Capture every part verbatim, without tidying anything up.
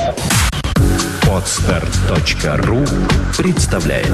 Подстер точка ру представляет.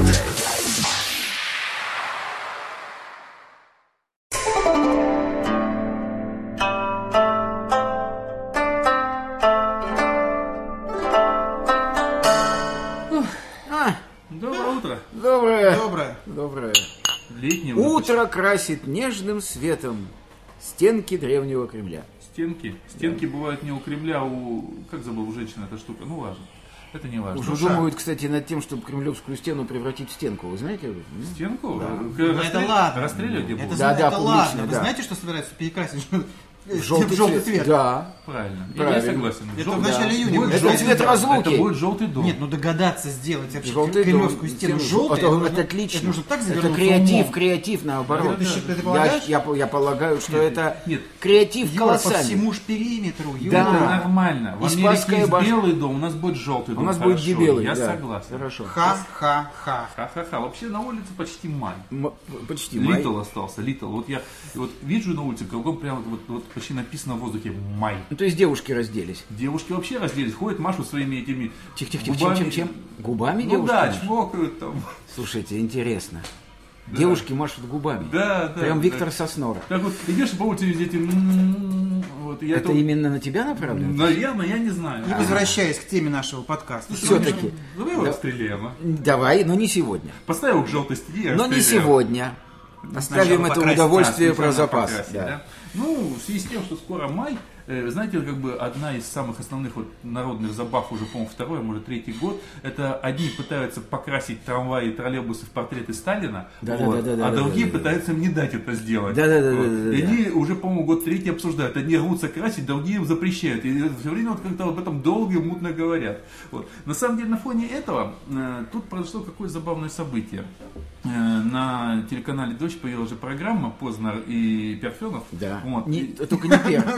Доброе утро. Доброе. Доброе. Доброе. Летнее Утро красит нежным светом стенки древнего Кремля. Стенки. Стенки да. бывают не у Кремля, а у... Как забыл, у женщины эта штука. Ну, важно. Это не важно. Уже Душа. думают, кстати, над тем, чтобы кремлевскую стену превратить в стенку. Вы знаете? Стенку? Да. Расстрел... Это ладно. Расстреливать где будут? Да, да, это публично, ладно. Вы да. знаете, что собираются перекрасить В желтый, в желтый цвет. цвет? Да. Правильно. Правильно. Я согласен. Это Жел... в начале да. июня. Будет Это желтый цвет дом. разлуки. Это будет желтый дом. Нет, ну догадаться сделать вообще Желтый кремлевскую дом, стену стену желтой. Это, это, это отлично. Это нужно так это завернуться креатив, умом. креатив наоборот. Ты, ты, ты Я, полагаешь? я, я полагаю, что Нет, это нет. креатив Юра, по колоссальный. всему ж периметру. Юра. Да. Это нормально. В И Америке Спасская есть башня. белый дом, у нас будет желтый дом. У нас Хорошо, будет дебелый. Я да. согласен. Хорошо. Ха-ха-ха. Ха-ха-ха. Вообще на улице почти май. М- почти май. Литл остался, Литл. Вот я вот вижу на улице, кругом прямо вот, вот почти написано в воздухе май. Ну, то есть девушки разделись. Девушки вообще разделись, ходят, машут своими этими Тихо-тихо, губами. чем, чем, чем? Губами Ну девушки да, машут? чмокают там. Слушайте, интересно. Девушки машут губами. Да, да. Прям да. Виктор Соснора. Так вот, идешь по улице, везде эти... м-м-м, Вот, я Это тут- именно на тебя направлено? Наверное, я не знаю. И возвращаясь к теме нашего подкаста. Все-таки. Давай его Да. расстреляем, а? Давай, но не сегодня. Поставь его к желтой стене. Но не расстреляем. сегодня. Оставим это покрасить. удовольствие А, про сначала запас. покрасить, Да. да? Ну, в связи с тем, что скоро май, э, знаете, как бы одна из самых основных вот народных забав уже, по-моему, второй, а может, третий год, это одни пытаются покрасить трамваи и троллейбусы в портреты Сталина, Да, да, вот, да, да, а да, другие да, да, пытаются им не дать это сделать. Да, да, да, Вот. да, да, И да. они уже, по-моему, год третий обсуждают. Одни рвутся красить, другие им запрещают. И все время вот как-то об этом долго и мутно говорят. Вот. На самом деле, на фоне этого, э, тут произошло какое забавное событие. Э, на телеканале «Дождь» появилась же программа «Познер и Перфенов». Да. Вот. Не- И- только не Пер.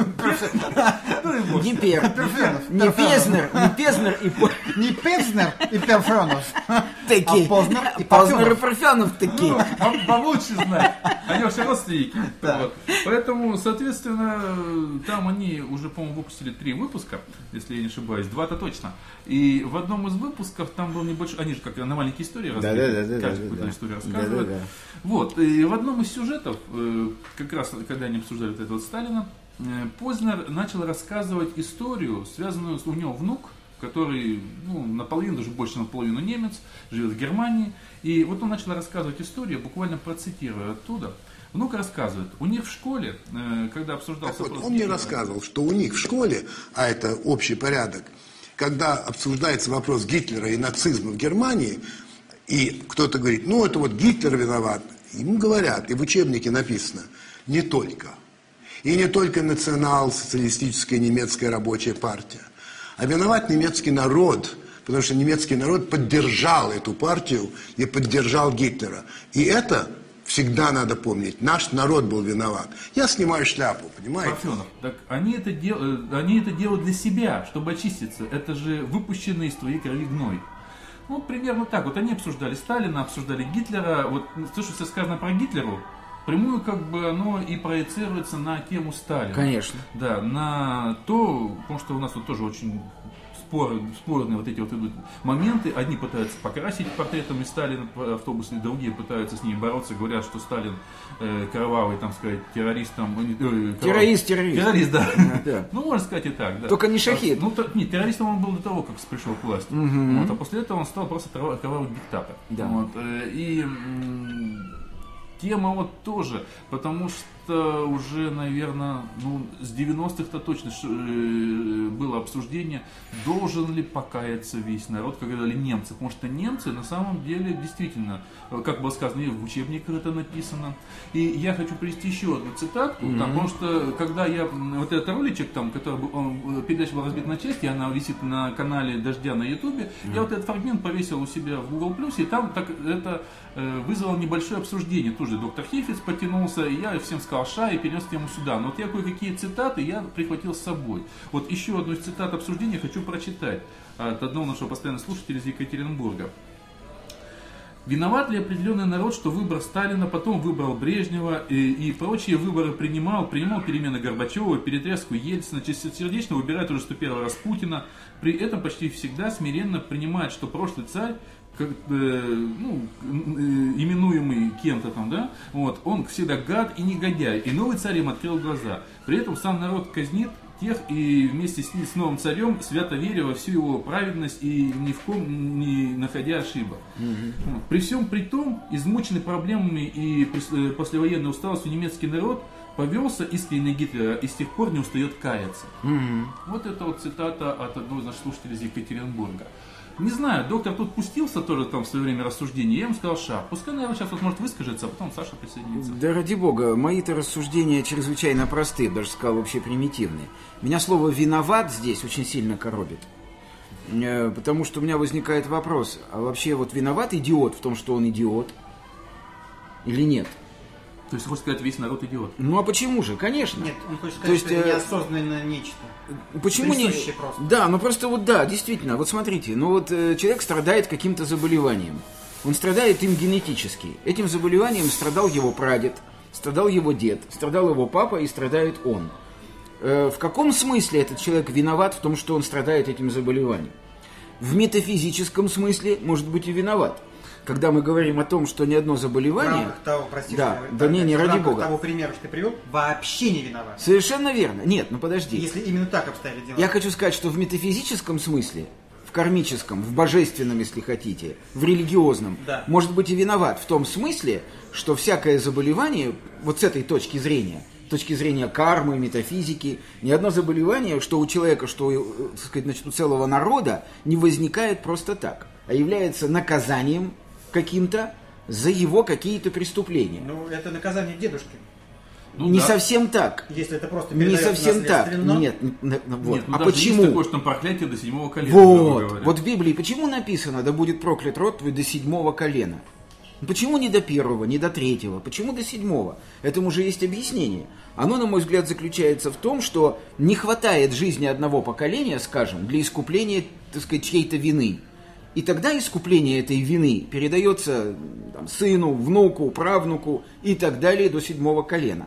ну и вот. Не Пер. Перфенов. Не Пезнер. Не Пезнер и По- Не Певзнер и Перфенов. такие. А Познер и Познер и Парфенов. Парфенов такие. Вам получше знать. Они вообще родственники. Да. Вот. Поэтому, соответственно, там они уже, по-моему, выпустили три выпуска, если я не ошибаюсь, два-то точно. И в одном из выпусков там был небольшой... Они же как на маленькие истории Да, да, да, да, каждую да, какую-то да. историю Да, рассказывают. да, да. Вот. И в одном из сюжетов, э, как раз когда они обсуждали вот этого вот Сталина, э, Познер начал рассказывать историю, связанную с... У него внук, который, ну, наполовину, даже больше наполовину немец, живет в Германии. И вот он начал рассказывать историю, буквально процитирую оттуда. Внук рассказывает, у них в школе, э, когда обсуждался Так вот, вопрос он мне Гитлера- рассказывал, что у них в школе, а это общий порядок, когда обсуждается вопрос Гитлера и нацизма в Германии, и кто-то говорит, ну это вот Гитлер виноват, ему говорят, и в учебнике написано, не только. И не только национал-социалистическая немецкая рабочая партия, а виноват немецкий народ, потому что немецкий народ поддержал эту партию и поддержал Гитлера. И это всегда надо помнить. Наш народ был виноват. Я снимаю шляпу, понимаете? Парфенов. Так они это, дел, э, они это делают для себя, чтобы очиститься. Это же выпущенный из твоей крови гной. Ну, вот примерно так. Вот они обсуждали Сталина, обсуждали Гитлера. Вот то, что сказано про Гитлеру, прямую как бы оно и проецируется на тему Сталина. Конечно. Да, на то, потому что у нас тут тоже очень споры, спорные вот эти вот идут моменты. Одни пытаются покрасить портретами Сталина автобусы, другие пытаются с ними бороться, говорят, что Сталин э, кровавый, там сказать, террорист, там, э, кровавый- Террорист, террорист. Террорист, да. Да. Ну, можно сказать и так, да. Только не шахид. Ну, то- нет, террористом он был до того, как пришел к власти. Вот, а после этого он стал просто трава- кровавый диктатор. Да. Вот, э, и м, тема вот тоже, потому что уже, наверное, ну, с девяностых-то точно ш- э, было обсуждение, должен ли покаяться весь народ, как говорили немцы. Потому что немцы на самом деле действительно, э, как было сказано, и в учебниках это написано. И я хочу привести еще одну цитатку, там, потому что когда я, м, вот этот роличек, там, который был, он, передача была разбита на части, она висит на канале Дождя на Ютубе, я вот этот фрагмент повесил у себя в Google Плюс, и там так, это э, вызвало небольшое обсуждение. Тоже доктор Хефиц потянулся, и я всем сказал ша и перенес тему сюда. Но вот я кое-какие цитаты я прихватил с собой. Вот еще одну из цитат обсуждения хочу прочитать от одного нашего постоянного слушателя из Екатеринбурга. Виноват ли определенный народ, что выбор Сталина, потом выбрал Брежнева и, и прочие выборы принимал, принимал перемены Горбачева, перетряску Ельцина, чистосердечно выбирает уже сто первый раз Путина, при этом почти всегда смиренно принимает, что прошлый царь, как, э, ну, э, именуемый кем-то там, да, вот, он всегда гад и негодяй, и новый царь им открыл глаза. При этом сам народ казнит тех и вместе с, с новым царем свято веря во всю его праведность и ни в ком не находя ошибок. Mm-hmm. Вот. При всем при том, измученный проблемами и послевоенной усталостью немецкий народ повелся искренне Гитлера и с тех пор не устает каяться. Mm-hmm. Вот это вот цитата от одного из наших слушателей из Екатеринбурга. Не знаю, доктор тут пустился тоже там в свое время рассуждений, я ему сказал, ша, пускай, наверное, сейчас вот может выскажется, а потом Саша присоединится. Да ради бога, мои-то рассуждения чрезвычайно простые, даже сказал вообще примитивные. Меня слово «виноват» здесь очень сильно коробит, потому что у меня возникает вопрос, а вообще вот виноват идиот в том, что он идиот, или нет? То есть, хочешь сказать, весь народ идиот? Ну а почему же? Конечно. Нет, он хочет сказать, То есть, что это э... неосознанное нечто. Почему не? Просто. Да, ну просто вот да, действительно, вот смотрите, ну вот э, человек страдает каким-то заболеванием. Он страдает им генетически. Этим заболеванием страдал его прадед, страдал его дед, страдал его папа и страдает он. Э, в каком смысле этот человек виноват в том, что он страдает этим заболеванием? В метафизическом смысле, может быть, и виноват. Когда мы говорим о том, что ни одно заболевание... В рамках того, прости, да, что да не, не ради рамках бога. того примера, что ты привел, вообще не виноват. Совершенно верно. Нет, ну подожди. Если именно так обстояли дела. Я хочу сказать, что в метафизическом смысле, в кармическом, в божественном, если хотите, в религиозном, да. может быть и виноват в том смысле, что всякое заболевание, вот с этой точки зрения, с точки зрения кармы, метафизики, ни одно заболевание, что у человека, что у, так сказать, значит, у целого народа, не возникает просто так, а является наказанием каким-то за его какие-то преступления. Ну, это наказание дедушки. Ну, не да. совсем так. Если это просто Не совсем так. наследственно. Нет, н- н- вот. Нет, ну, а даже почему? есть такое, что там проклятие до седьмого колена. Вот, вот в Библии почему написано, да будет проклят род твой до седьмого колена? Почему не до первого, не до третьего? Почему до седьмого? Этому же есть объяснение. Оно, на мой взгляд, заключается в том, что не хватает жизни одного поколения, скажем, для искупления, так сказать, чьей-то вины. И тогда искупление этой вины передается там, сыну, внуку, правнуку и так далее до седьмого колена.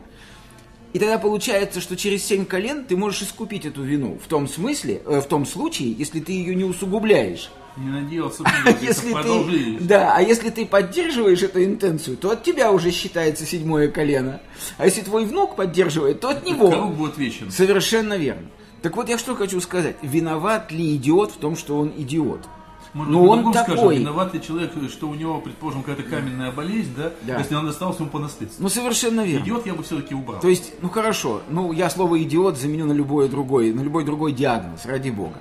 И тогда получается, что через семь колен ты можешь искупить эту вину в том смысле, э, в том случае, если ты ее не усугубляешь. Не надеялся, А если ты, да, а если ты поддерживаешь эту интенцию, то от тебя уже считается седьмое колено. А если твой внук поддерживает, то от него. Круг будет вечен. Совершенно верно. Так вот я что хочу сказать. Виноват ли идиот в том, что он идиот? Может, ну он скажем, такой. виноват ли человек, что у него, предположим, какая-то каменная болезнь, да? Да. Если он достался ему по наследству. Ну совершенно верно. Идиот я бы все-таки убрал. То есть, ну хорошо, ну я слово идиот заменю на любой другой, на любой другой диагноз, ради бога.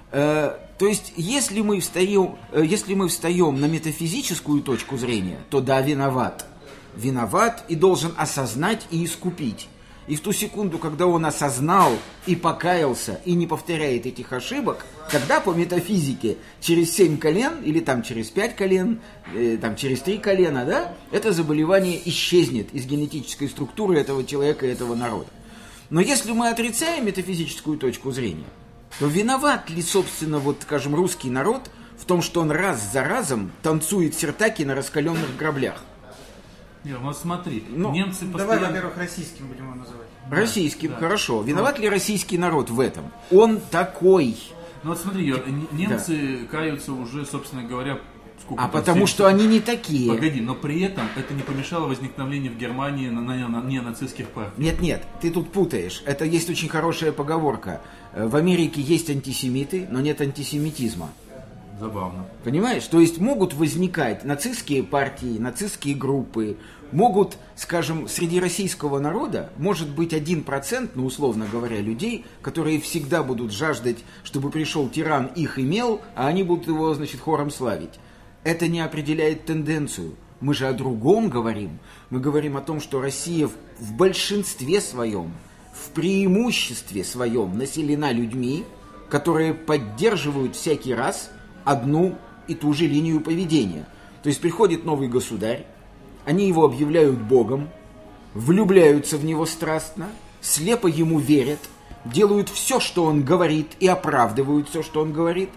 Э, то есть, если мы встаем, э, если мы встаем на метафизическую точку зрения, то да, виноват. Виноват и должен осознать и искупить. И в ту секунду, когда он осознал и покаялся, и не повторяет этих ошибок, тогда по метафизике через семь колен, или там через пять колен, э, там через три колена, да, это заболевание исчезнет из генетической структуры этого человека и этого народа. Но если мы отрицаем метафизическую точку зрения, то виноват ли, собственно, вот, скажем, русский народ в том, что он раз за разом танцует сиртаки на раскаленных граблях? Нет, ну смотри, Ну, немцы Давай, постоянно... во-первых, российским будем его называть. Российским, да. хорошо. Виноват ли российский народ в этом? Он такой. Ну вот смотри, Юр, н- немцы каются уже, собственно говоря, сколько А там, потому семьдесят что они не такие. Погоди, но при этом это не помешало возникновению в Германии на, на, на неонацистских партий. Нет, нет, ты тут путаешь. Это есть очень хорошая поговорка. Э, В Америке есть антисемиты, но нет антисемитизма. Забавно. Понимаешь? То есть могут возникать нацистские партии, нацистские группы, могут, скажем, среди российского народа, может быть один процент, ну, условно говоря, людей, которые всегда будут жаждать, чтобы пришел тиран, их имел, а они будут его, значит, хором славить. Это не определяет тенденцию. Мы же о другом говорим. Мы говорим о том, что Россия в, в большинстве своем, в преимуществе своем населена людьми, которые поддерживают всякий раз одну и ту же линию поведения. То есть приходит новый государь, они его объявляют Богом, влюбляются в него страстно, слепо ему верят, делают все, что он говорит, и оправдывают все, что он говорит.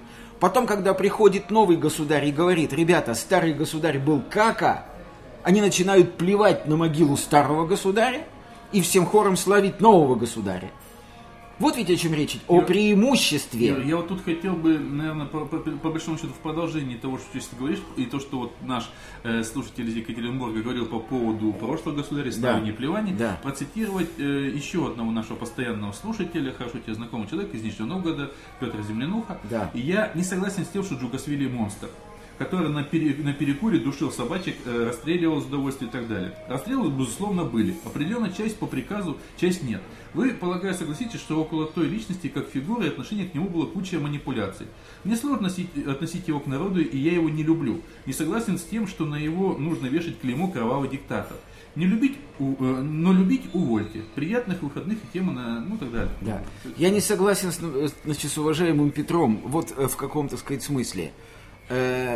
Потом, когда приходит новый государь и говорит, ребята, старый государь был кака, они начинают плевать на могилу старого государя и всем хором славить нового государя. Вот ведь о чем речь, о я, преимуществе. Я, я вот тут хотел бы, наверное, по, по, по большому счету, в продолжении того, что ты говоришь, и то, что вот наш э, слушатель из Екатеринбурга говорил по поводу прошлого государя, славения, да. плевания, да. процитировать э, еще одного нашего постоянного слушателя, хорошо тебе знакомый человек из Нижнего Новгорода, Петр Землянуха. Да. И я не согласен с тем, что Джугашвили монстр, который на, пере, на перекуре душил собачек, э, расстреливал с удовольствием и так далее. Расстрелы, безусловно, были. Определенная часть по приказу, часть нет. Вы, полагаю, согласитесь, что около той личности, как фигуры, отношение к нему было куча манипуляций. Мне сложно относить, относить его к народу, и я его не люблю. Не согласен с тем, что на его нужно вешать клеймо «кровавый диктатор». Не любить, но любить увольте. Приятных выходных и темы на, ну, так далее. Да. Я не согласен с, значит, с уважаемым Петром, вот в каком, так сказать, смысле. Э,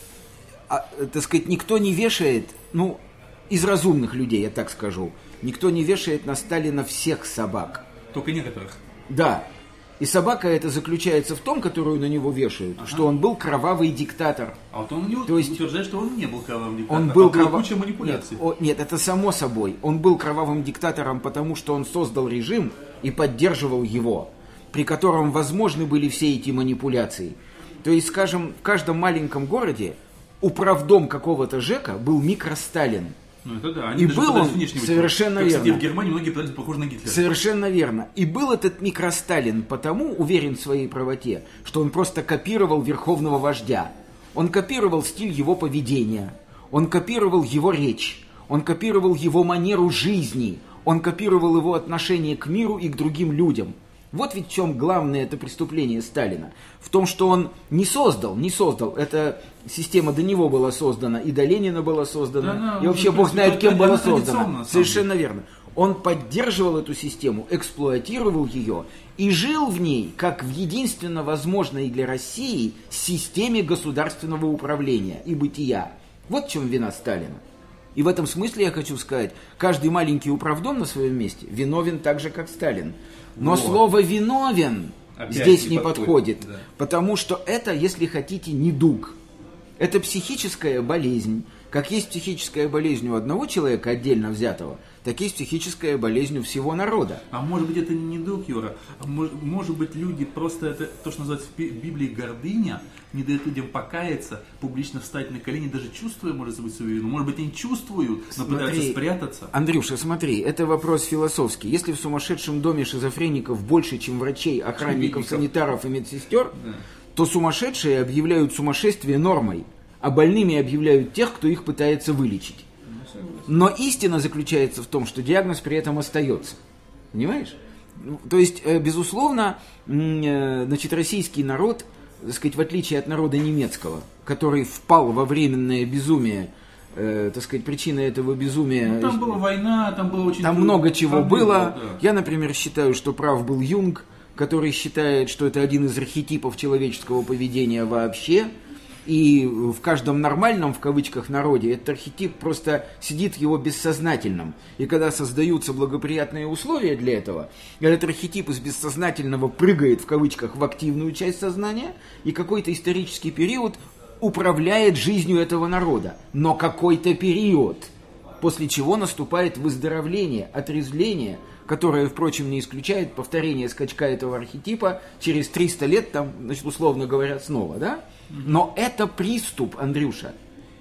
а, так сказать, никто не вешает, ну, из разумных людей, я так скажу, никто не вешает на Сталина всех собак. Только некоторых. Да. И собака это заключается в том, которую на него вешают, ага. что он был кровавый диктатор. А вот он не То есть, утверждает, что он не был кровавым диктатором. Он был а кров... куча манипуляций. Нет, о, нет, это само собой. Он был кровавым диктатором, потому что он создал режим и поддерживал его, при котором возможны были все эти манипуляции. То есть, скажем, в каждом маленьком городе управдом какого-то ЖЭКа был микро-Сталин. Ну, это да. Они и был он, совершенно верно. Кстати, в Германии многие пытались похожи на Гитлера. Совершенно верно. И был этот микро-Сталин потому уверен в своей правоте, что он просто копировал верховного вождя. Он копировал стиль его поведения. Он копировал его речь. Он копировал его манеру жизни. Он копировал его отношение к миру и к другим людям. Вот ведь в чем главное это преступление Сталина. В том, что он не создал, не создал. Эта система до него была создана, и до Ленина была создана. Да, да, и вообще бог знает, кем была создана. Совершенно верно. Он поддерживал эту систему, эксплуатировал ее и жил в ней, как в единственно возможной для России системе государственного управления и бытия. Вот в чем вина Сталина. И в этом смысле я хочу сказать, каждый маленький управдом на своем месте виновен так же, как Сталин. Но вот. Слово «виновен» опять здесь не, не подходит, подходит да. потому что это, если хотите, недуг. Это психическая болезнь. Как есть психическая болезнь у одного человека, отдельно взятого, так есть психическая болезнь у всего народа. А может быть, это не недуг, Юра? А может, может быть, люди просто, это то, что называется в Библии гордыня, не дает людям покаяться, публично встать на колени, даже чувствуя, может быть, свою вину. Может быть, они чувствуют, но смотри, пытаются спрятаться. Андрюша, смотри, это вопрос философский. Если в сумасшедшем доме шизофреников больше, чем врачей, охранников, санитаров и медсестер, да. то сумасшедшие объявляют сумасшествие нормой, а больными объявляют тех, кто их пытается вылечить. Но истина заключается в том, что диагноз при этом остается. Понимаешь? То есть, безусловно, значит, российский народ, так сказать, в отличие от народа немецкого, который впал во временное безумие, э, так сказать, причина этого безумия... Ну, там была война, там было очень... Там много чего было. было да. Я, например, считаю, что прав был Юнг, который считает, что это один из архетипов человеческого поведения вообще. И в каждом нормальном, в кавычках, народе этот архетип просто сидит в его бессознательном. И когда создаются благоприятные условия для этого, этот архетип из бессознательного прыгает, в кавычках, в активную часть сознания, и какой-то исторический период управляет жизнью этого народа. Но какой-то период, после чего наступает выздоровление, отрезвление, которое, впрочем, не исключает повторение скачка этого архетипа через триста лет, там, значит, условно говоря, снова, да? Но это приступ, Андрюша.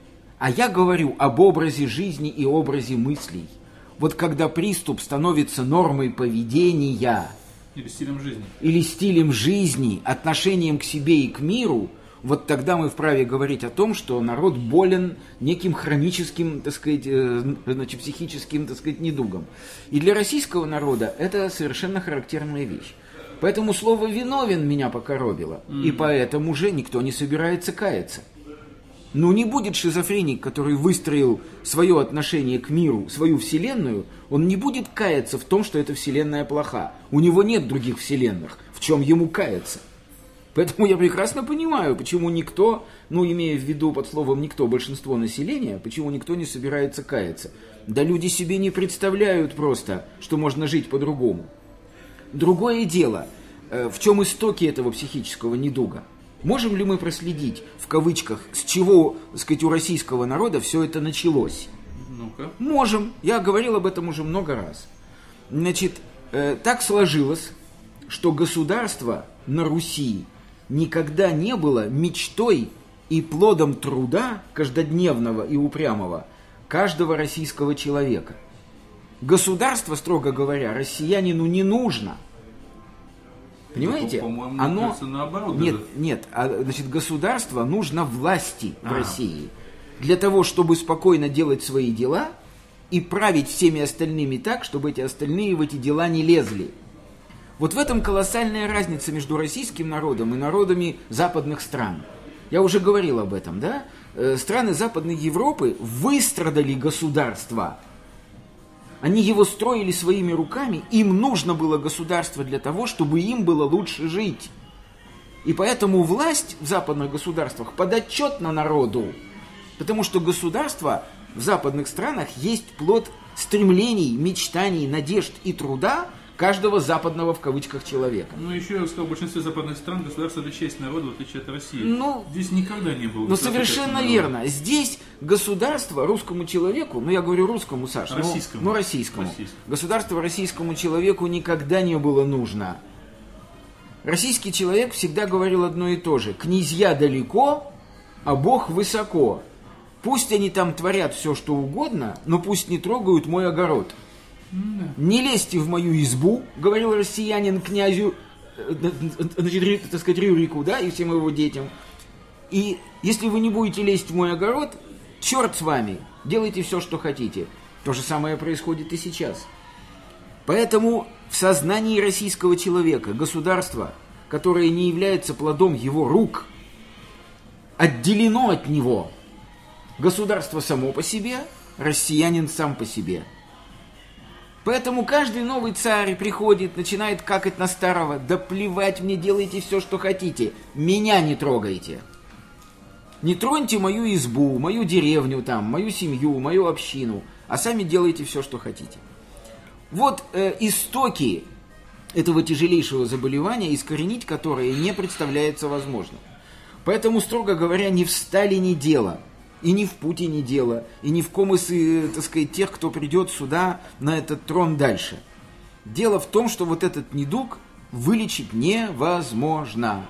А я говорю об образе жизни и образе мыслей. Вот когда приступ становится нормой поведения... Или стилем жизни. Или стилем жизни, отношением к себе и к миру, вот тогда мы вправе говорить о том, что народ болен неким хроническим, так сказать, значит, психическим, так сказать, недугом. И для российского народа это совершенно характерная вещь. Поэтому слово «виновен» меня покоробило. Mm-hmm. И поэтому же никто не собирается каяться. Ну, не будет шизофреник, который выстроил свое отношение к миру, свою вселенную, он не будет каяться в том, что эта вселенная плоха. У него нет других вселенных, в чем ему каяться. Поэтому я прекрасно понимаю, почему никто, ну, имея в виду под словом «никто» большинство населения, почему никто не собирается каяться. Да люди себе не представляют просто, что можно жить по-другому. Другое дело, в чем истоки этого психического недуга? Можем ли мы проследить, в кавычках, с чего, так сказать, у российского народа все это началось? Ну-ка. Можем. Я говорил об этом уже много раз. Значит, э, так сложилось, что государство на Руси никогда не было мечтой и плодом труда каждодневного и упрямого каждого российского человека. Государство, строго говоря, россиянину не нужно. Понимаете? Ну, по-моему, Оно... кажется, наоборот. Нет, даже. нет. А, значит, государство нужно власти в А. России для того, чтобы спокойно делать свои дела и править всеми остальными так, чтобы эти остальные в эти дела не лезли. Вот в этом колоссальная разница между российским народом и народами западных стран. Я уже говорил об этом, да? Э, страны Западной Европы выстрадали государство. Они его строили своими руками, им нужно было государство для того, чтобы им было лучше жить. И поэтому власть в западных государствах подотчетна народу, потому что государство в западных странах есть плод стремлений, мечтаний, надежд и труда каждого западного в кавычках человека. Ну, еще я сказал, в большинстве западных стран государство – это часть народа, в отличие от России. Ну, здесь никогда не было. Ну, совершенно верно. Здесь государство русскому человеку, ну, я говорю русскому, Саша, российскому. Ну, ну, российскому. российскому. Государство российскому человеку никогда не было нужно. Российский человек всегда говорил одно и то же. Князья далеко, а Бог высоко. Пусть они там творят все, что угодно, но пусть не трогают мой огород. Не лезьте в мою избу, говорил россиянин князю, значит, так сказать, Рюрику, да, и всем его детям. И если вы не будете лезть в мой огород, черт с вами, делайте все, что хотите. То же самое происходит и сейчас. Поэтому в сознании российского человека государство, которое не является плодом его рук, отделено от него. Государство само по себе, россиянин сам по себе. Поэтому каждый новый царь приходит, начинает какать на старого. Да плевать мне, делайте все, что хотите. Меня не трогайте. Не троньте мою избу, мою деревню там, мою семью, мою общину. А сами делайте все, что хотите. Вот э, истоки этого тяжелейшего заболевания, искоренить которое не представляется возможным. Поэтому, строго говоря, ни в Сталине дело. И ни в Путине дело, и ни в ком из, так сказать, тех, кто придет сюда на этот трон дальше. Дело в том, что вот этот недуг вылечить невозможно.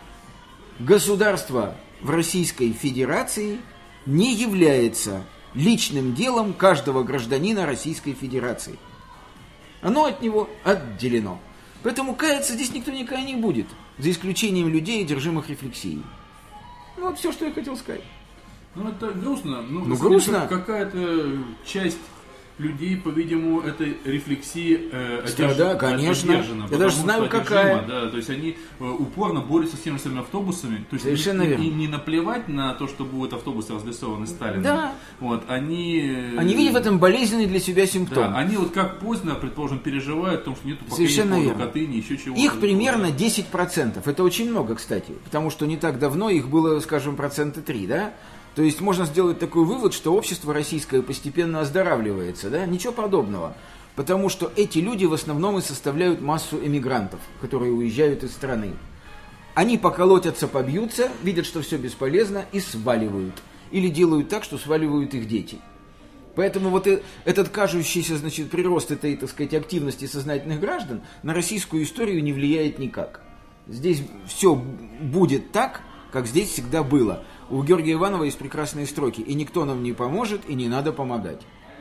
Государство в Российской Федерации не является личным делом каждого гражданина Российской Федерации. Оно от него отделено. Поэтому каяться здесь никто никогда не будет, за исключением людей, одержимых рефлексией. Ну вот все, что я хотел сказать. Ну, это грустно. Ну, ну грустно. Какая-то часть людей, по-видимому, этой рефлексии э, одерж... да, конечно. одержана. Я даже знаю, какая. Да, то есть они э, упорно борются с теми самыми автобусами. То есть совершенно и, верно. И не наплевать на то, что будут автобусы разрисованы Сталином. Да. Вот, они... Они видят в этом болезненный для себя симптом. Да, они вот как поздно, предположим, переживают о том, что нету совершенно верно. Катыни, еще чего-то. Их примерно десять процентов. Это очень много, кстати. Потому что не так давно их было, скажем, процента три, да? То есть можно сделать такой вывод, что общество российское постепенно оздоравливается, да? Ничего подобного. Потому что эти люди в основном и составляют массу эмигрантов, которые уезжают из страны. Они поколотятся, побьются, видят, что все бесполезно и сваливают. Или делают так, что сваливают их дети. Поэтому вот этот кажущийся, значит, прирост этой, так сказать, активности сознательных граждан на российскую историю не влияет никак. Здесь все будет так, как здесь всегда было. У Георгия Иванова есть прекрасные строки. И никто нам не поможет, и не надо помогать.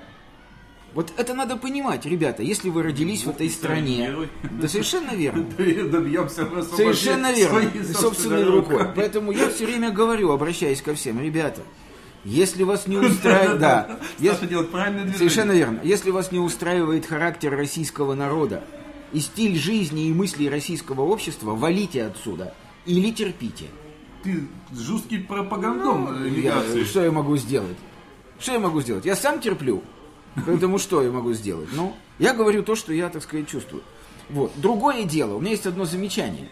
Вот это надо понимать, ребята. Если вы родились в этой стране... Да совершенно верно. Совершенно верно. Собственной рукой. Поэтому я все время говорю, обращаясь ко всем. Ребята, если вас не устраивает... Да. Совершенно верно. Если вас не устраивает характер российского народа и стиль жизни и мыслей российского общества, валите отсюда. Или терпите. Ты жесткий пропагандон ну, эмиграции. Я, что я могу сделать? Что я могу сделать? Я сам терплю. Поэтому что я могу сделать? Ну, я говорю то, что я, так сказать, чувствую. Вот. Другое дело. У меня есть одно замечание,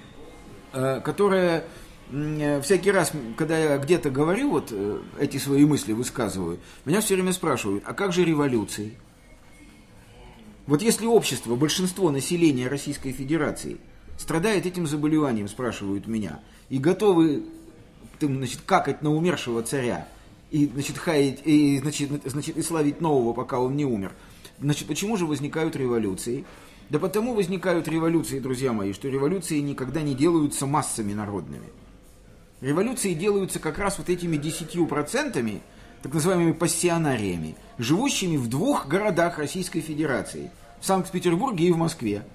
которое всякий раз, когда я где-то говорю, вот эти свои мысли высказываю, меня все время спрашивают, а как же революции? Вот если общество, большинство населения Российской Федерации страдает этим заболеванием, спрашивают меня, и готовы, значит, какать на умершего царя, и, значит, хаять, и, значит, значит, и славить нового, пока он не умер. Значит, почему же возникают революции? Да потому возникают революции, друзья мои, что революции никогда не делаются массами народными. Революции делаются как раз вот этими десятью процентами, так называемыми пассионариями, живущими в двух городах Российской Федерации, в Санкт-Петербурге и в Москве.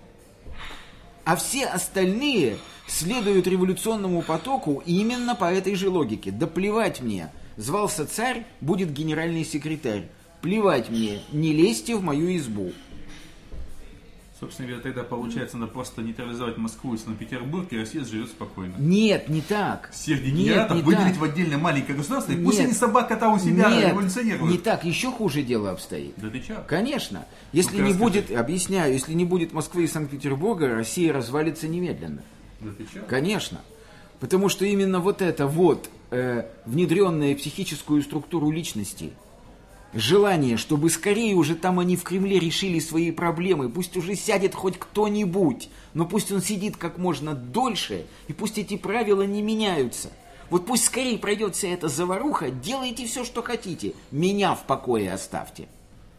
А все остальные следуют революционному потоку именно по этой же логике. Да плевать мне, звался царь, будет генеральный секретарь. Плевать мне, не лезьте в мою избу. Собственно говоря, тогда получается, надо просто нейтрализовать Москву и Санкт-Петербург, и Россия живет спокойно. Нет, не так. Всех дегенератов выделить так. В отдельное маленькое государство, и пусть Нет. они собака-то у себя Нет. революционируют. Не так, еще хуже дело обстоит. Да ты че? Конечно. Если Ну, не расскажи. будет, объясняю, если не будет Москвы и Санкт-Петербурга, Россия развалится немедленно. Да ты че? Конечно. Потому что именно вот это вот э, внедренное в психическую структуру личности желание, чтобы скорее уже там они в Кремле решили свои проблемы, пусть уже сядет хоть кто-нибудь, но пусть он сидит как можно дольше, и пусть эти правила не меняются. Вот пусть скорее пройдет вся эта заваруха, делайте все, что хотите, меня в покое оставьте.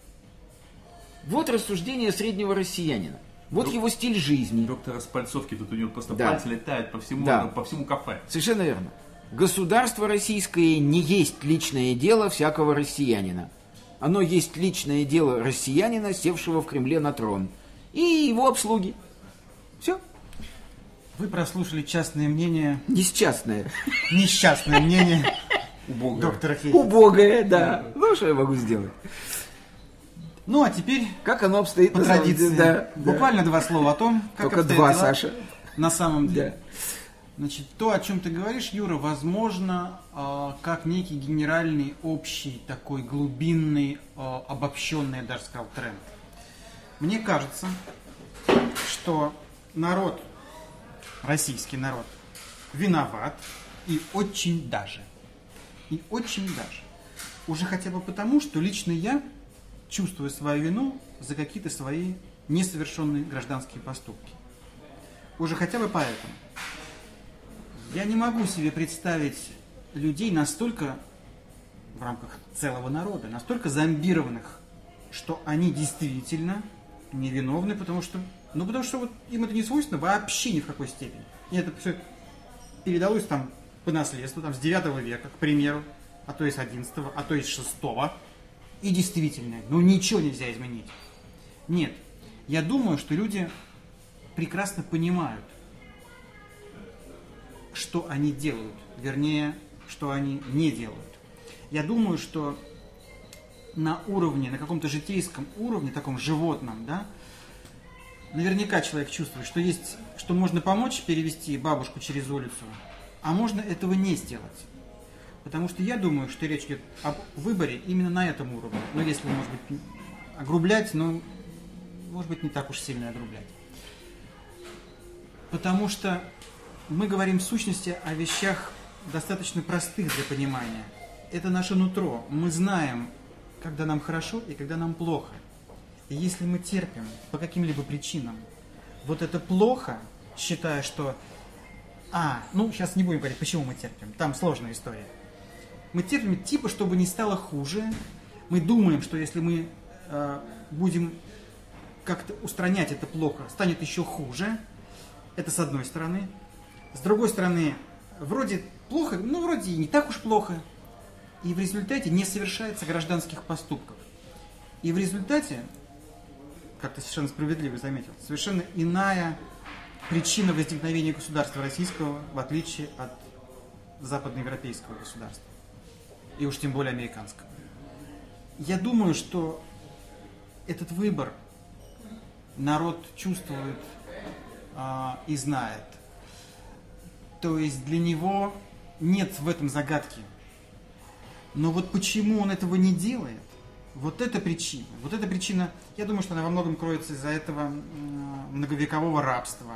Вот рассуждение среднего россиянина. Вот Док- его стиль жизни. Доктор Распальцовский, тут у него просто Да. пальцы летают по всему, Да. по всему кафе. Совершенно верно. Государство российское не есть личное дело всякого россиянина. Оно есть личное дело россиянина, севшего в Кремле на трон. И его обслуги. Все. Вы прослушали частное мнение, Несчастное. несчастное мнение Убогое. доктора Хейса. Убогое, да. Ну, что я могу сделать? Ну, а теперь, Как оно обстоит по на самом традиции, деле? Да, да. буквально два слова о том, как Только обстоят два, дела Саша. на самом деле. Да. Значит, то, о чем ты говоришь, Юра, возможно, э, как некий генеральный, общий, такой глубинный, э, обобщенный, я даже сказал, тренд. Мне кажется, что народ, российский народ, виноват и очень даже. И очень даже. Уже хотя бы потому, что лично я чувствую свою вину за какие-то свои несовершенные гражданские поступки. Уже хотя бы поэтому. Я не могу себе представить людей настолько, в рамках целого народа, настолько зомбированных, что они действительно невиновны, потому что, ну, потому что вот им это не свойственно вообще ни в какой степени. И это все передалось там по наследству, там, с девятого века, к примеру, а то и с одиннадцатого, а то и с шестого. И действительно, ну, ничего нельзя изменить. Нет, я думаю, что люди прекрасно понимают, что они делают, вернее, что они не делают. Я думаю, что на уровне, на каком-то житейском уровне, таком животном, да, наверняка человек чувствует, что есть, что можно помочь перевести бабушку через улицу, а можно этого не сделать. Потому что я думаю, что речь идет об выборе именно на этом уровне. Ну, если, может быть, огрублять, но, может быть, не так уж сильно огрублять. Потому что мы говорим в сущности о вещах достаточно простых для понимания. Это наше нутро. Мы знаем, когда нам хорошо и когда нам плохо. И если мы терпим по каким-либо причинам вот это плохо, считая, что... А, ну, сейчас не будем говорить, почему мы терпим. Там сложная история. Мы терпим типа, чтобы не стало хуже. Мы думаем, что если мы э, будем как-то устранять это плохо, станет еще хуже. Это с одной стороны. С другой стороны, вроде плохо, ну вроде и не так уж плохо. И в результате не совершается гражданских поступков. И в результате, как ты совершенно справедливо заметил, совершенно иная причина возникновения государства российского, в отличие от западноевропейского государства. И уж тем более американского. Я думаю, что этот выбор народ чувствует а, и знает. То есть для него нет в этом загадки. Но вот почему он этого не делает, вот это причина. Вот эта причина, я думаю, что она во многом кроется из-за этого многовекового рабства,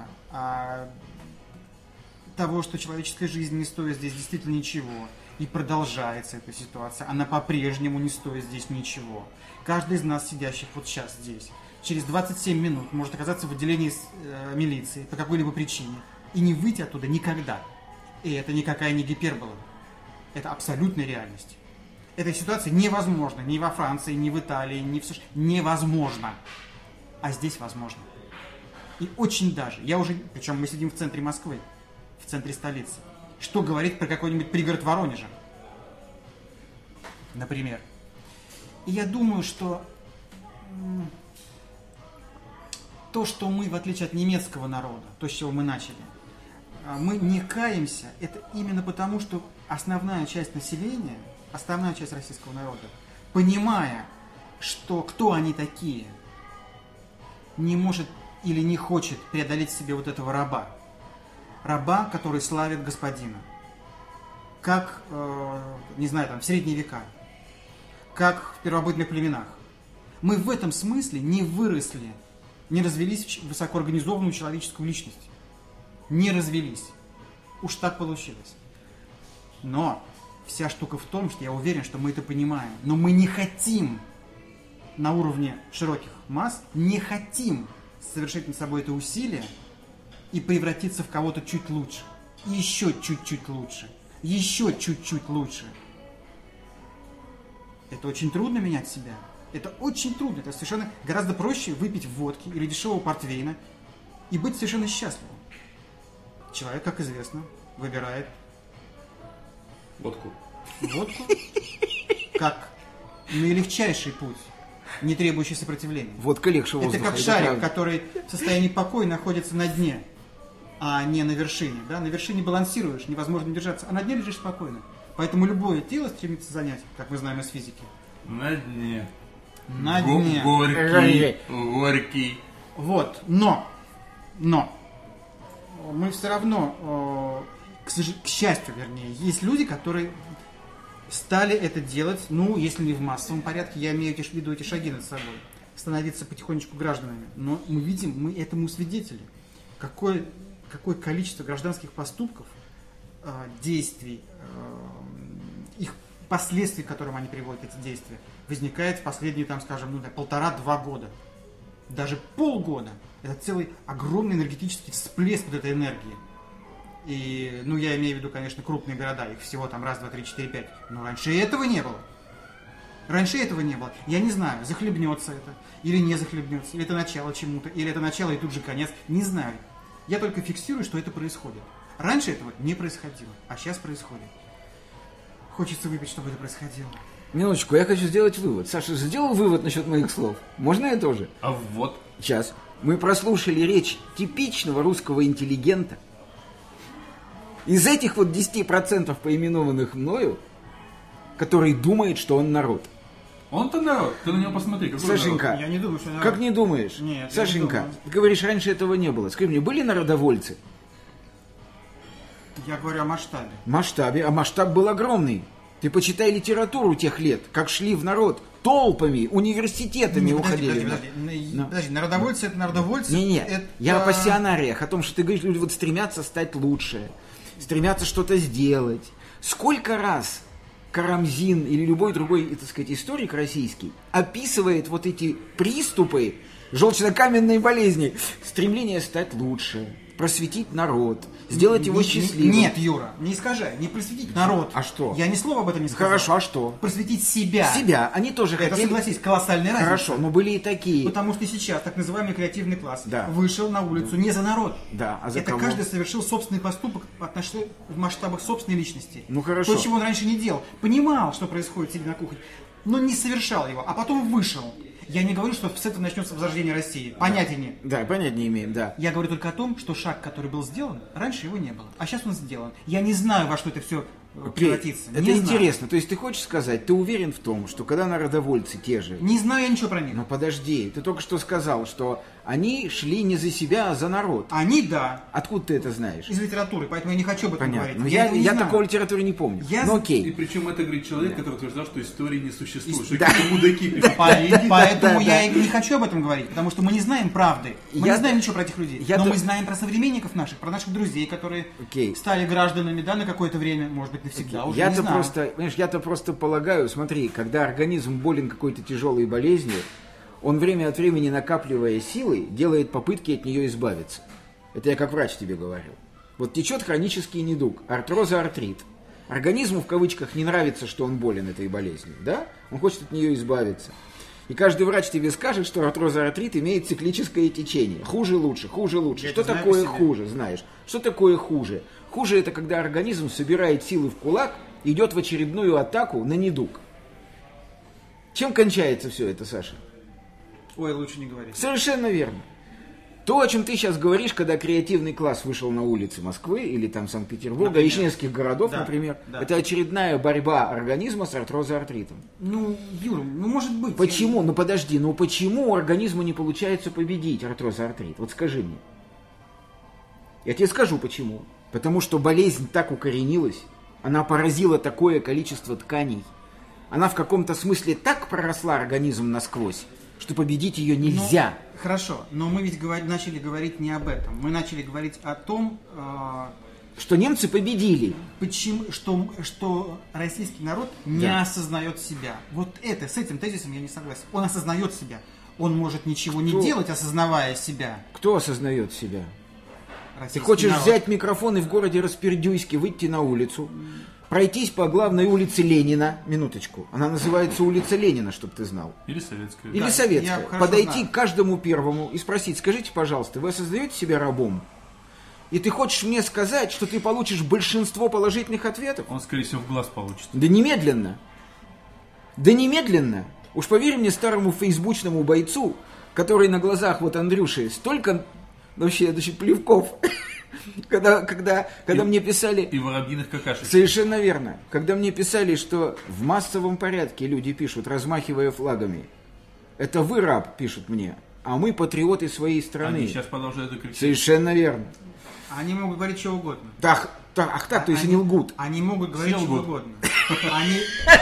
того, что человеческая жизнь не стоит здесь действительно ничего. И продолжается эта ситуация. Она по-прежнему не стоит здесь ничего. Каждый из нас, сидящих вот сейчас здесь, через двадцать семь минут может оказаться в отделении э, милиции по какой-либо причине и не выйти оттуда никогда. И это никакая не гипербола. Это абсолютная реальность. Эта ситуация невозможна ни во Франции, ни в Италии, ни в США. Невозможно. А здесь возможно. И очень даже. Я уже, причем мы сидим в центре Москвы, в центре столицы. Что говорить про какой-нибудь пригород Воронежа? Например. И я думаю, что то, что мы, в отличие от немецкого народа, то, с чего мы начали, мы не каемся, это именно потому, что основная часть населения, основная часть российского народа, понимая, что кто они такие, не может или не хочет преодолеть в себе вот этого раба. Раба, который славит господина. Как, э, не знаю, там, в средние века. Как в первобытных племенах. Мы в этом смысле не выросли, не развелись в высокоорганизованную человеческую личность. Не развелись. Уж так получилось. Но вся штука в том, что я уверен, что мы это понимаем. Но мы не хотим на уровне широких масс, не хотим совершить над собой это усилие и превратиться в кого-то чуть лучше. Еще чуть-чуть лучше. Еще чуть-чуть лучше. Это очень трудно менять себя. Это очень трудно. Это совершенно гораздо проще выпить водки или дешевого портвейна и быть совершенно счастливым. Человек, как известно, выбирает Водку. водку как наилегчайший путь, не требующий сопротивления. Водка легче воздуха. Это как шарик, который в состоянии покоя находится на дне, а не на вершине. Да? На вершине балансируешь, невозможно держаться, а на дне лежишь спокойно. Поэтому любое тело стремится занять, как мы знаем из физики. На дне. На дне. Горький, горький. Вот, но, но, мы все равно, к, сож... к счастью, вернее, есть люди, которые стали это делать, ну, если не в массовом порядке, я имею в виду эти шаги над собой, становиться потихонечку гражданами. Но мы видим, мы этому свидетели. Какое, какое количество гражданских поступков, действий, их последствий, к которым они приводят, эти действия, возникает в последние, там, скажем, ну, полтора-два года. Даже полгода. Это целый огромный энергетический всплеск вот этой энергии. И, ну, я имею в виду, конечно, крупные города. Их всего там раз, два, три, четыре, пять. Но раньше этого не было. Раньше этого не было. Я не знаю, захлебнется это, или не захлебнется, или это начало чему-то, или это начало и тут же конец. Не знаю. Я только фиксирую, что это происходит. Раньше этого не происходило, а сейчас происходит. Хочется выпить, чтобы это происходило. Минуточку, я хочу сделать вывод. Саша сделал вывод насчет моих слов. Можно я тоже? А вот. Сейчас. Мы прослушали речь типичного русского интеллигента. Из этих вот десяти процентов поименованных мною, который думает, что он народ. Он-то народ. Ты на него посмотри. Какой Сашенька, народ? Я не думаю, что народ. Как не думаешь? Нет, Сашенька, я не думаю. ты говоришь, раньше этого не было. Скажи мне, были народовольцы? Я говорю о масштабе. В масштабе, а масштаб был огромный. Ты почитай литературу тех лет, как шли в народ толпами, университетами Не, уходили. Подожди, подожди, подожди. Но. Подожди, народовольцы это народовольцы. Не-не, это... я о пассионариях, о том, что ты говоришь, люди вот стремятся стать лучше, стремятся что-то сделать. Сколько раз Карамзин или любой другой, так сказать, историк российский описывает вот эти приступы желчнокаменной болезни, стремление стать лучше, просветить народ, сделать его Не- счастливым. Нет, Юра, не искажай, не просветить народ. А что? Я ни слова об этом не сказал. Хорошо, а что? Просветить себя. Себя, они тоже Это, хотели... согласись, колоссальная разница. Хорошо, но были и такие. Потому что сейчас так называемый креативный класс Да. вышел на улицу не за народ. Да, а за Это кого? каждый совершил собственный поступок по отношению в масштабах собственной личности. Ну, хорошо. То, чего он раньше не делал. Понимал, что происходит себе на кухне, но не совершал его, а потом вышел. Я не говорю, что с этого начнется возрождение России. Понятия нет. Да, понятия не имеем, да. Я говорю только о том, что шаг, который был сделан, раньше его не было. А сейчас он сделан. Я не знаю, во что это все превратится. Это Не знаю. интересно. То есть ты хочешь сказать, ты уверен в том, что когда народовольцы те же... Не знаю я ничего про них. Ну подожди, ты только что сказал, что они шли не за себя, а за народ. Они, да, Откуда ты это знаешь? из литературы, поэтому я не хочу об этом Понятно. говорить. Но я, этого не я знаю. такой литературы не помню. Я Ну за- И окей. причем это говорит человек, который утверждал, что истории не существует. Что Да. какие-то мудаки пишут. По- Поэтому да, я да. и не хочу об этом говорить, потому что мы не знаем правды. Мы Я- не знаем ничего про этих людей. я Но то- мы знаем про современников наших, про наших друзей, которые Окей. стали гражданами, да, на какое-то время, может быть, навсегда. Уже не Я-то знаю. просто, понимаешь, я-то просто полагаю, смотри, когда организм болен какой-то тяжелой болезнью, он время от времени, накапливая силы, делает попытки от нее избавиться. Это я как врач тебе говорю. Вот течет хронический недуг, артроза, артрит. Организму в кавычках не нравится, что он болен этой болезнью, да? Он хочет от нее избавиться. И каждый врач тебе скажет, что артроза, артрит имеет циклическое течение. Хуже, лучше, хуже, лучше. Я Что это знаю такое по себе. хуже, знаешь? Что такое хуже? Хуже это когда организм собирает силы в кулак, идет в очередную атаку на недуг. Чем кончается все это, Саша? Ой, лучше не говорить. Совершенно верно. То, о чем ты сейчас говоришь, когда креативный класс вышел на улицы Москвы или там Санкт-Петербурга, Например. и членских городов, Да, например, да. это очередная борьба организма с артрозой, артритом. Ну, Юр, ну может быть. Почему? Ну подожди, ну почему у организма не получается победить артроз и артрит? Вот скажи мне. Я тебе скажу почему. Потому что болезнь так укоренилась, она поразила такое количество тканей, она в каком-то смысле так проросла организм насквозь, что победить ее Ну, нельзя. хорошо, но мы ведь говор- начали говорить не об этом. Мы начали говорить о том, э, Что немцы победили. почему, что, что российский народ не Да. осознает себя. Вот это, с этим тезисом я не согласен. Он осознает себя. Он может ничего Кто? не делать, осознавая себя. Кто осознает себя? Ты Российский хочешь народ. взять микрофон и в городе Распердюйске выйти на улицу, пройтись по главной улице Ленина, минуточку, она называется улица Ленина, чтобы ты знал, Или советская. или Да, советская, я хорошо подойти знаю. к каждому первому и спросить: скажите, пожалуйста, вы осознаете себя рабом? И ты хочешь мне сказать, что ты получишь большинство положительных ответов? Он, скорее всего, в глаз получит. Да немедленно. Да немедленно. Уж поверь мне, старому фейсбучному бойцу, который на глазах вот Андрюши столько вообще, значит, плевков, когда, когда, когда И- мне писали... И воробьиных какашек. Совершенно верно. Когда мне писали, что в массовом порядке люди пишут, размахивая флагами, это вы раб, пишут мне, а мы патриоты своей страны. Они сейчас продолжают это кричать. Совершенно верно. Они могут говорить что угодно. Так, так, ах так, то есть они лгут. Они могут говорить Все что лгут. угодно. Они,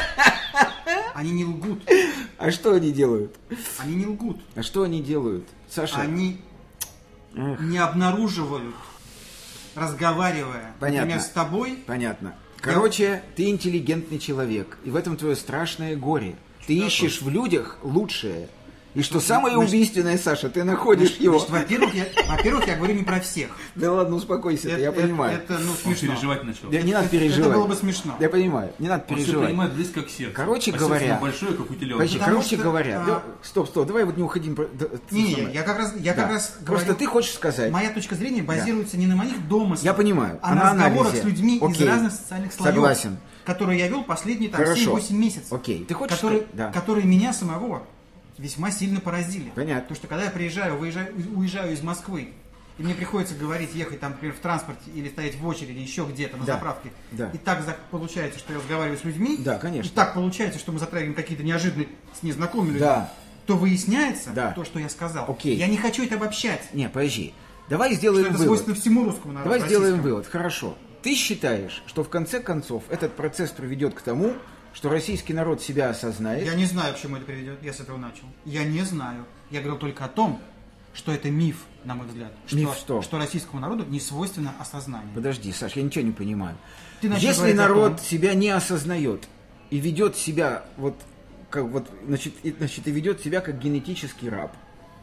они не лгут. А что они делают? Они не лгут. А что они делают? Саша, Они Эх. не обнаруживают, разговаривая, Понятно. например, с тобой. понятно. Короче, ты интеллигентный человек, и в этом твое страшное горе. Ты ищешь в людях лучшее. И что самое значит- убийственное, Саша, ты находишь его. Значит, во-первых, я, во-первых, я говорю не про всех. Да ладно, успокойся, ты, я Это- понимаю. Это, ну, Он смешно. переживать начал. Да не надо Это- переживать. это было бы смешно. Я понимаю, не надо Он все переживать. понимает близко к сердцу. Короче а говоря- сердце большое, как у теленка. Подожди, Потому короче что, говоря, а, да, стоп, стоп, давай вот не уходим. про- да, Не-не, самое. я как раз, я Да. как раз Просто говорю, ты хочешь сказать. моя точка зрения базируется не на моих домыслах, Я понимаю, а а на на разговорах анализе. с людьми из Окей. разных социальных слоев, Согласен. которые я вел последние там, Хорошо. семь-восемь месяцев, Окей. Ты хочешь которые, сказать- да. которые меня самого весьма сильно поразили. Понятно. Потому что когда я приезжаю, выезжаю, уезжаю из Москвы, и мне приходится говорить, ехать там, например, в транспорте или стоять в очереди еще где-то на Да. заправке, Да. и так за- получается, что я разговариваю с людьми, Да, конечно. и так получается, что мы затрагиваем какие-то неожиданные с незнакомыми людьми, Да. то выясняется Да. то, что я сказал. Окей. Я не хочу это обобщать. Не, подожди. Давай Что сделаем это вывод. свойственно всему русскому народу. Давай сделаем российскому. вывод. Хорошо. Ты считаешь, что в конце концов этот процесс приведет к тому, что российский народ себя осознает? Я не знаю, к чему это приведет. Я с этого начал. Я не знаю. Я говорил только о том, что это миф, на мой взгляд. Миф что? Что российскому народу не свойственно осознание. Подожди, Саш, я ничего не понимаю. Ты начал Если говорить о народ том- себя не осознает и ведет себя вот как вот, значит, и, значит, и ведет себя как генетический раб,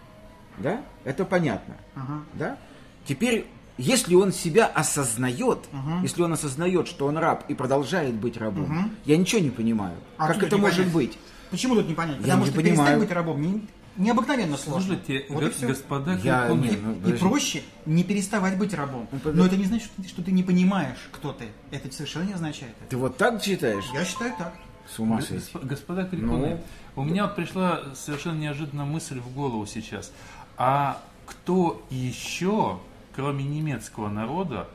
да? Это понятно, Ага. да? Теперь, если он себя осознает, Ага. если он осознает, что он раб и продолжает быть рабом, Ага. я ничего не понимаю. А как что это тут не может понять? быть? Почему тут не понять? Я Потому не что понимаю. перестать быть рабом не, необыкновенно сложно. Слушайте, Вот и го- всё. господа Я- крикуны, не, ну, И подожди. проще не переставать быть рабом. Ну, под- Но это не значит, что ты, что ты не понимаешь, кто ты. Это совершенно не означает это. Ты вот так считаешь? Я считаю так. С ума Гос- сойти. Господа крикуны, Ну? у меня вот пришла совершенно неожиданная мысль в голову сейчас. А кто еще, кроме немецкого народа,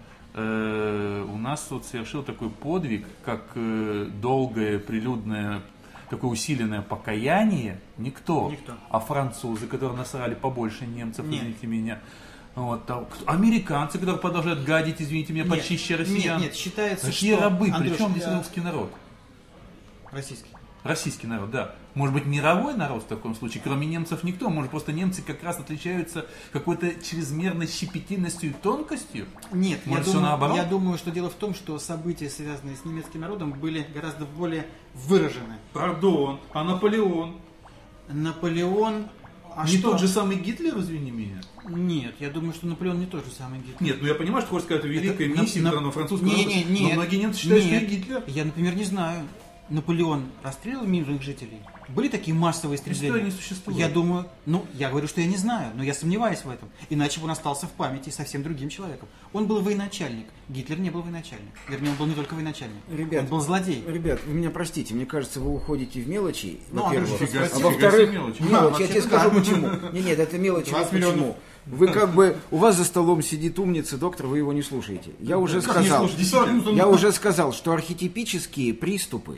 э, у нас вот совершил такой подвиг, как э, долгое прилюдное, такое усиленное покаяние? Никто. Никто. А французы, которые насрали побольше немцев, Нет. извините меня. Вот, а кто- американцы, которые продолжают гадить, извините меня, Нет, почище россиян. Нет, нет, считается, Какие что... рабы? Андрюш, Причем здесь я- русский народ? Российский. Российский народ, да. Может быть, мировой народ в таком случае, кроме немцев никто. Может, просто немцы как раз отличаются какой-то чрезмерной щепетильностью и тонкостью? Нет, я Может, всё думаю, наоборот? я думаю, что дело в том, что события, связанные с немецким народом, были гораздо более выражены. Пардон, а Наполеон? Наполеон А не что? тот же самый Гитлер, извини меня? Нет, я думаю, что Наполеон не тот же самый Гитлер. Нет, ну я понимаю, что хочешь сказать, это великая Это миссия, на- которая на французском не, языке. не, Но нет, многие немцы считают, что нет. это Гитлер. Я, например, не знаю. Наполеон расстреливал мирных жителей? Были такие массовые истребления? История не существует. Я думаю, ну, я говорю, что я не знаю, но я сомневаюсь в этом. Иначе бы он остался в памяти совсем другим человеком. Он был военачальник. Гитлер не был военачальник. Вернее, он был не только военачальник. Ребят, он был злодей. Ребят, вы меня простите, мне кажется, вы уходите в мелочи, Ну, во-первых. Андрюша, Фига А себе, во-вторых, фига себе мелочи. мелочь, я вообще-то тебе скажу да. почему. Нет, нет, это мелочь, вот двадцать почему. миллионов. Вы как бы, у вас за столом сидит умница, доктор, вы его не слушаете. Я уже Как не сказал, слушать? сорок минут он- я уже сказал, что архетипические приступы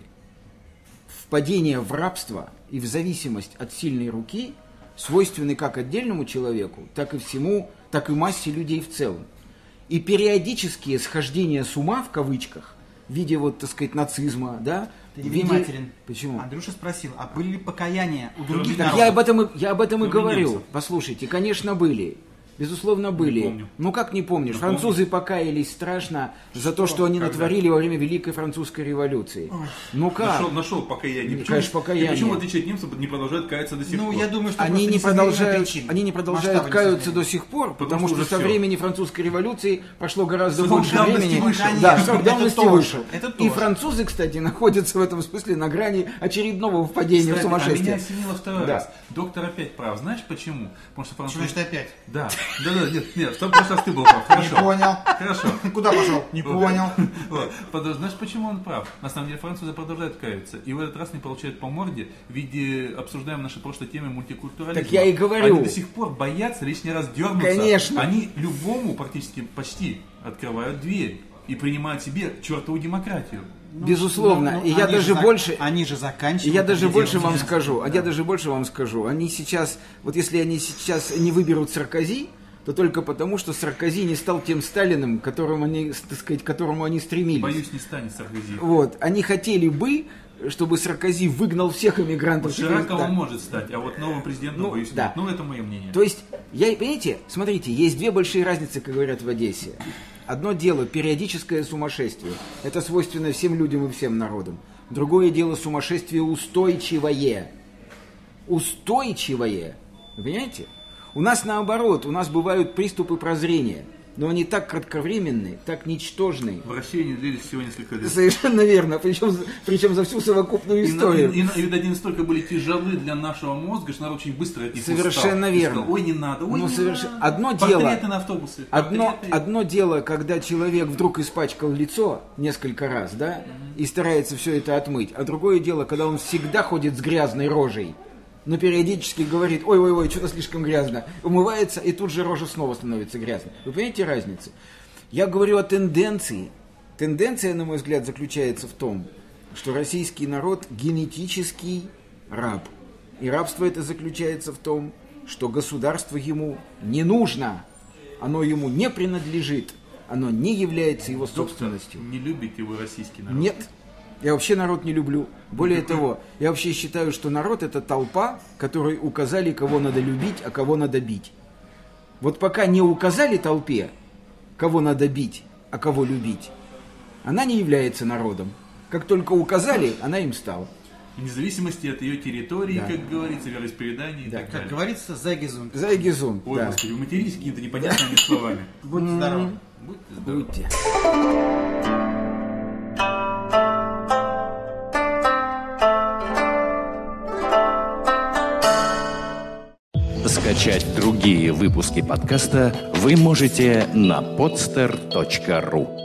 впадения в рабство и в зависимость от сильной руки свойственны как отдельному человеку, так и всему, так и массе людей в целом. И периодические схождения с ума, в кавычках, в виде, вот, так сказать, нацизма, да? Ты в не виде- внимателен. Почему? Андрюша спросил, а были ли покаяния у других Так народов? я об этом, и- я об этом и Кроме говорю. немцев. Послушайте, конечно, были. Безусловно, были. помню. Ну как не помнишь? Не Французы покаялись страшно за то, что они Когда? натворили во время Великой Французской революции. Ну как? Нашел, нашел покаяние. Ну, конечно, покаяние. И почему, в отличие от немцев, не продолжают каять до сих Ну, пор? я думаю, что Они просто не, несоизмеримая продолжают, причина. они не продолжают Масштабы каются несоизмеримы. до сих пор, потому, Потому что, что со всё. времени Французской революции прошло гораздо Срок больше давности времени. вышел. Да, Конечно, срок это давности тоже, вышел. это И тоже. французы, кстати, находятся в этом смысле на грани очередного впадения Кстати, в а меня сумасшествие. осенило второй Да. раз. Доктор опять прав. Знаешь почему? Потому что Чего французы... значит опять? Да, да, да, нет, нет, в том прошлый раз ты был прав. Хорошо. Не понял. Хорошо. Куда пошел? Не понял. Вот. Подож- Знаешь, почему он прав? На самом деле французы продолжают каяться. И в этот раз не получают по морде в виде, обсуждаем наши прошлой темы, мультикультурализма. Так я и говорю. Они до сих пор боятся лишний раз дернуться. Конечно. Они любому практически почти открывают дверь и принимают себе чертову демократию. Безусловно. Ну, ну, И я они даже же зак- больше... Они же И заканчивают. я даже это больше дело вам в скажу, а я даже больше вам скажу, они сейчас, вот если они сейчас не выберут Саркози, то только потому, что Саркози не стал тем Сталиным, которым они, так сказать, к которому они стремились. Боюсь, не станет Саркози. Вот. Они хотели бы, чтобы Саркози выгнал всех эмигрантов. Широко Да. он может стать, а вот новым президентом, Ну, боюсь, да. нет. Ну, это мое мнение. То есть, я, понимаете, смотрите, есть две большие разницы, как говорят в Одессе. Одно дело периодическое сумасшествие. Это свойственно всем людям и всем народам. Другое дело сумасшествие устойчивое. Устойчивое. Вы понимаете? У нас наоборот, у нас бывают приступы прозрения. Но они так кратковременные, так ничтожные. В России они длились всего несколько лет. Совершенно верно. Причем, причем за всю совокупную И, на- историю. и, и, и, видать, они настолько были тяжелы для нашего мозга, что народ очень быстро от них Совершенно устал. И верно. сказал, ой, не надо, ой, Ну, не совершенно- надо. Одно Портреты дело- на автобусы. Одно, портреты. одно дело, когда человек вдруг испачкал лицо несколько раз, да, и старается все это отмыть, а другое дело, когда он всегда ходит с грязной рожей, но периодически говорит, ой-ой-ой, что-то слишком грязно, умывается, и тут же рожа снова становится грязной. Вы понимаете разницу? Я говорю о тенденции. Тенденция, на мой взгляд, заключается в том, что российский народ генетический раб. И рабство это заключается в том, что государство ему не нужно, оно ему не принадлежит, оно не является его Доктор, собственностью. не любите вы российский народ? Нет, я вообще народ не люблю. Более того, я вообще считаю, что народ это толпа, которой указали, кого надо любить, а кого надо бить. Вот пока не указали толпе, кого надо бить, а кого любить, она не является народом. Как только указали, она им стала. Вне зависимости от ее территории, Да. как говорится, вероисповедания и Да. так Как далее. говорится, загизун. За Гизун. Ой, Да. господи, вы материтесь какими-то непонятными словами. Будьте здоровы. Будьте здоровы. Будьте. Скачать другие выпуски подкаста вы можете на podster точка ру.